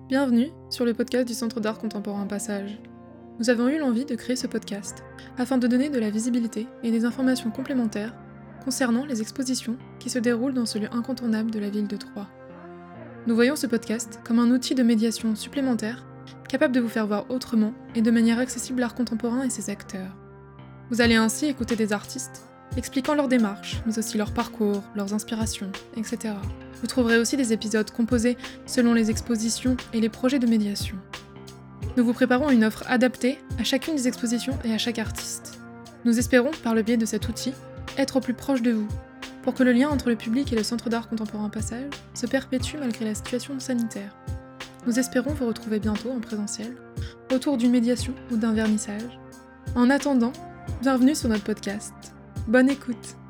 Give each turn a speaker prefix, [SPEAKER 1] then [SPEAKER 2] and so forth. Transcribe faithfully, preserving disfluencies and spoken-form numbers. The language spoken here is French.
[SPEAKER 1] Bienvenue sur le podcast du Centre d'art contemporain Passage. Nous avons eu l'envie de créer ce podcast afin de donner de la visibilité et des informations complémentaires concernant les expositions qui se déroulent dans ce lieu incontournable de la ville de Troyes. Nous voyons ce podcast comme un outil de médiation supplémentaire capable de vous faire voir autrement et de manière accessible l'art contemporain et ses acteurs. Vous allez ainsi écouter des artistes expliquant leur démarche, mais aussi leur parcours, leurs inspirations, et cetera. Vous trouverez aussi des épisodes composés selon les expositions et les projets de médiation. Nous vous préparons une offre adaptée à chacune des expositions et à chaque artiste. Nous espérons, par le biais de cet outil, être au plus proche de vous, pour que le lien entre le public et le Centre d'art contemporain Passage se perpétue malgré la situation sanitaire. Nous espérons vous retrouver bientôt en présentiel, autour d'une médiation ou d'un vernissage. En attendant, bienvenue sur notre podcast. Bonne écoute!